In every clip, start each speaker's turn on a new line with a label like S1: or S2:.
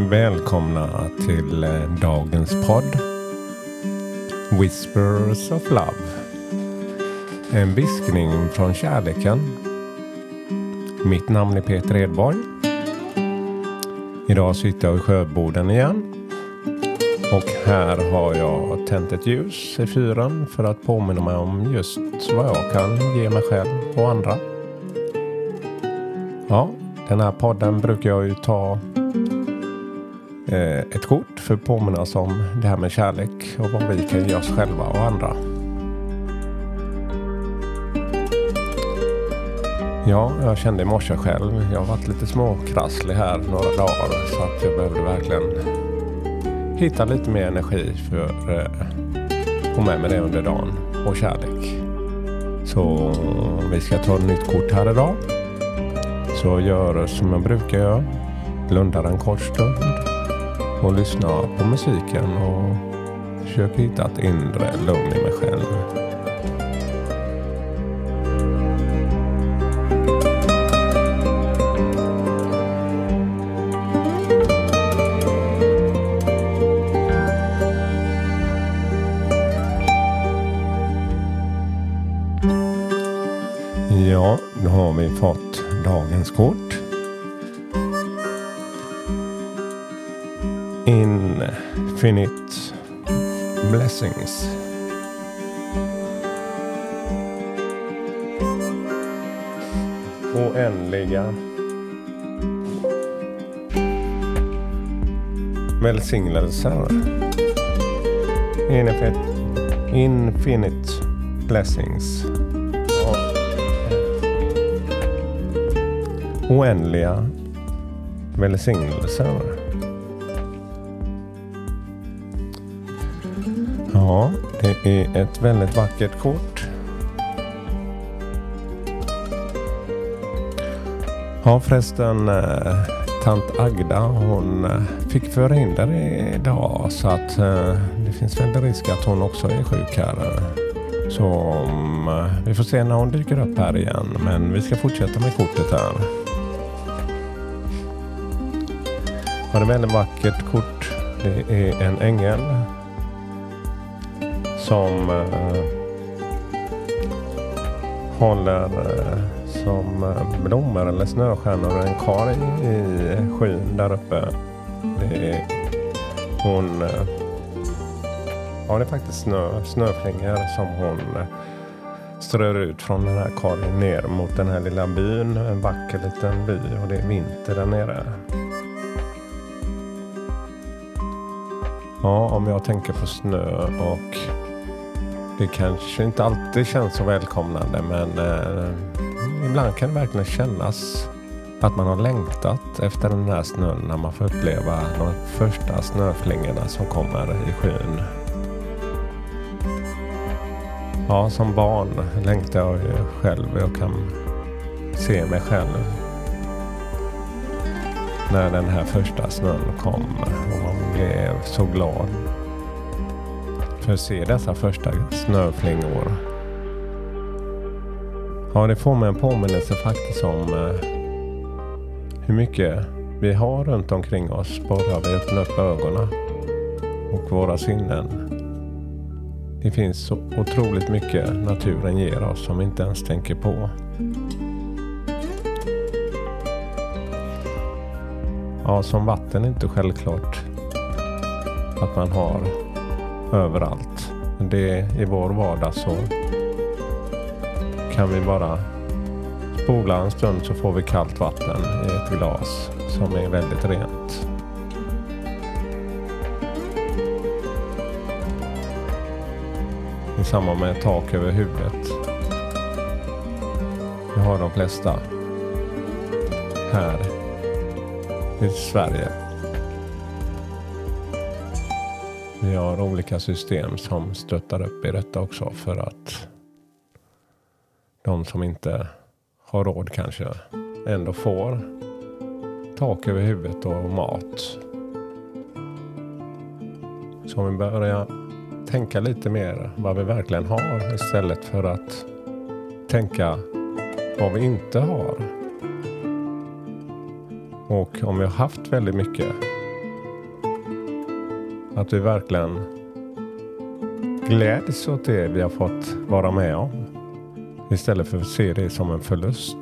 S1: Välkomna till dagens podd Whispers of Love. En viskning från kärleken. Mitt namn är Peter Edborg. Idag sitter jag i Sjöboden igen. Och här har jag tänt ett ljus i fyren för att påminna mig om just vad jag kan ge mig själv och andra. Ja, den här podden brukar jag ju ta ett kort för att påminna oss om det här med kärlek och vad vi kan ge oss själva och andra. Ja, jag kände i morse själv. Jag har varit lite småkrasslig här några dagar så att jag behövde verkligen hitta lite mer energi för att få med det under dagen och kärlek. Så vi ska ta ett nytt kort här idag. Så gör som jag brukar göra. Blundar en kort stund och lyssna på musiken och försöka hitta ett inre lugn i mig själv. Ja, nu har vi fått dagens kort. Infinite blessings. Oändliga välsignelser. Infinite blessings. Oändliga välsignelser. Ja, det är ett väldigt vackert kort. Ja, förresten, tant Agda, hon fick förhinder idag så att det finns väldigt risk att hon också är sjuk här. Så vi får se när hon dyker upp här igen, men vi ska fortsätta med kortet här. Ja, det är ett väldigt vackert kort. Det är en ängel som håller som blommor eller snöstjärnor en karl i skyn där uppe. Det är hon. Ja, det är faktiskt snöflingor som hon strör ut från den här karlen ner mot den här lilla byn. En vacker liten by och det är vinter där nere. Ja, om jag tänker på snö och det kanske inte alltid känns så välkomnande, men ibland kan det verkligen kännas att man har längtat efter den här snön när man får uppleva de första snöflingorna som kommer i skyn. Ja, som barn längtar jag ju själv. Jag kan se mig själv när den här första snön kom och man blev så glad för att se dessa första snöflingor. Ja, det får mig en påminnelse faktiskt om hur mycket vi har runt omkring oss bara vi öppnar upp ögonen och våra sinnen. Det finns så otroligt mycket naturen ger oss som vi inte ens tänker på. Ja, som vatten är inte självklart att man har överallt. Det i vår vardag så kan vi bara spola en stund så får vi kallt vatten i ett glas som är väldigt rent. I samband med tak över huvudet. Vi har de flesta här i Sverige. Vi har olika system som stöttar upp i detta också för att de som inte har råd kanske ändå får tak över huvudet och mat. Så vi börjar tänka lite mer vad vi verkligen har istället för att tänka vad vi inte har. Och om vi har haft väldigt mycket Att vi verkligen gläds åt det vi har fått vara med om. Istället för att se det som en förlust.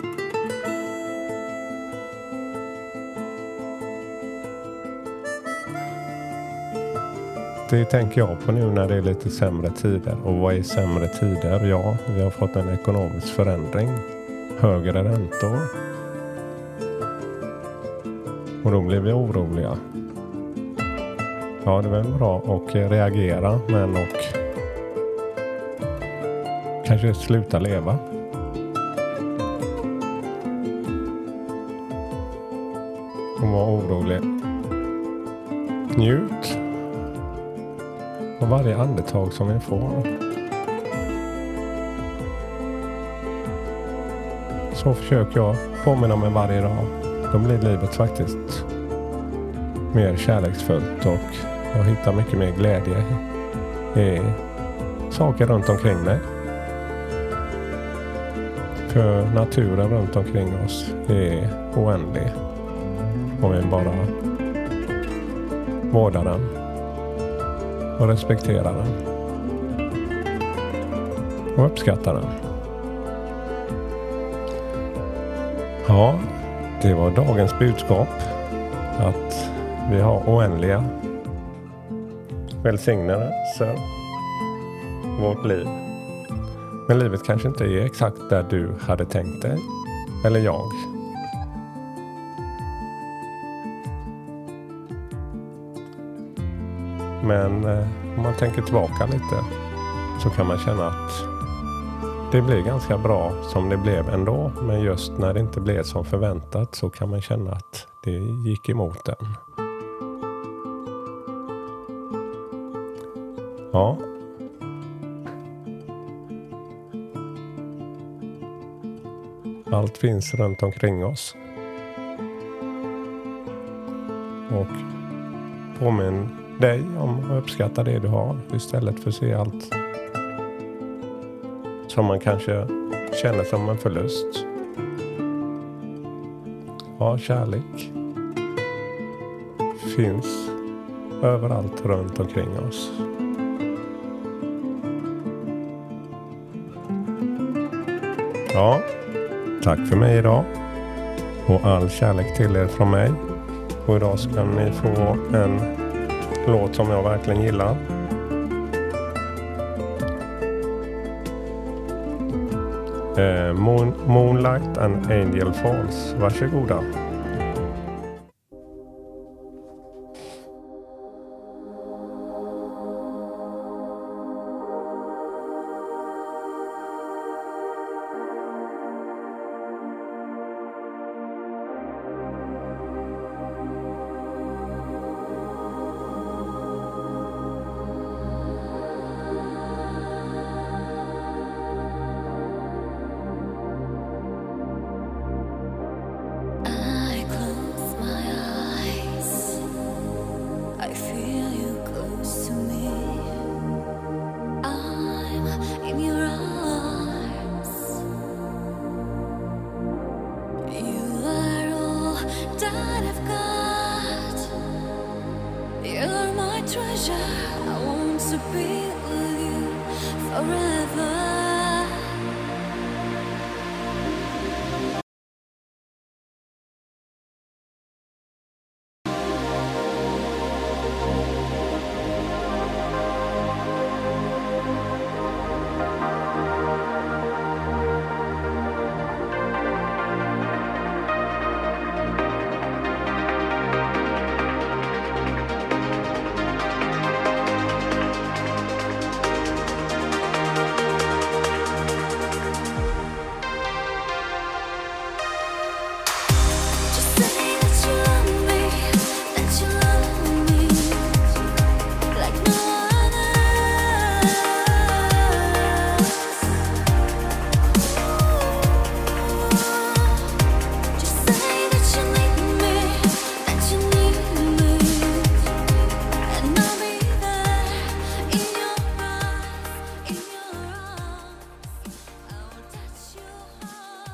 S1: Det tänker jag på nu när det är lite sämre tider. Och vad är sämre tider? Ja, vi har fått en ekonomisk förändring. Högre räntor. Och då blir vi oroliga. Ja, det är väl bra att reagera, men och kanske sluta leva. Och vara orolig. Njut av varje andetag som vi får. Så försöker jag påminna mig varje dag. Då blir livet faktiskt mer kärleksfullt och jag hittar mycket mer glädje i saker runt omkring mig. För naturen runt omkring oss är oändlig. Om vi bara vårdar den och respekterar den och uppskattar den. Ja, det var dagens budskap. Att vi har oändliga välsignelser i vårt liv. Men livet kanske inte är exakt där du hade tänkt dig. Eller jag. Men om man tänker tillbaka lite så kan man känna att det blir ganska bra som det blev ändå. Men just när det inte blev som förväntat så kan man känna att det gick emot den. Ja. Allt finns runt omkring oss. Och påminn dig om att uppskatta det du har istället för att se allt som man kanske känner som en förlust. Ja, kärlek finns överallt runt omkring oss. Ja, tack för mig idag. Och all kärlek till er från mig. Och idag ska ni få en låt som jag verkligen gillar. Moonlight and Angel Falls. Varsågoda.
S2: Treasure, I want to be with you forever.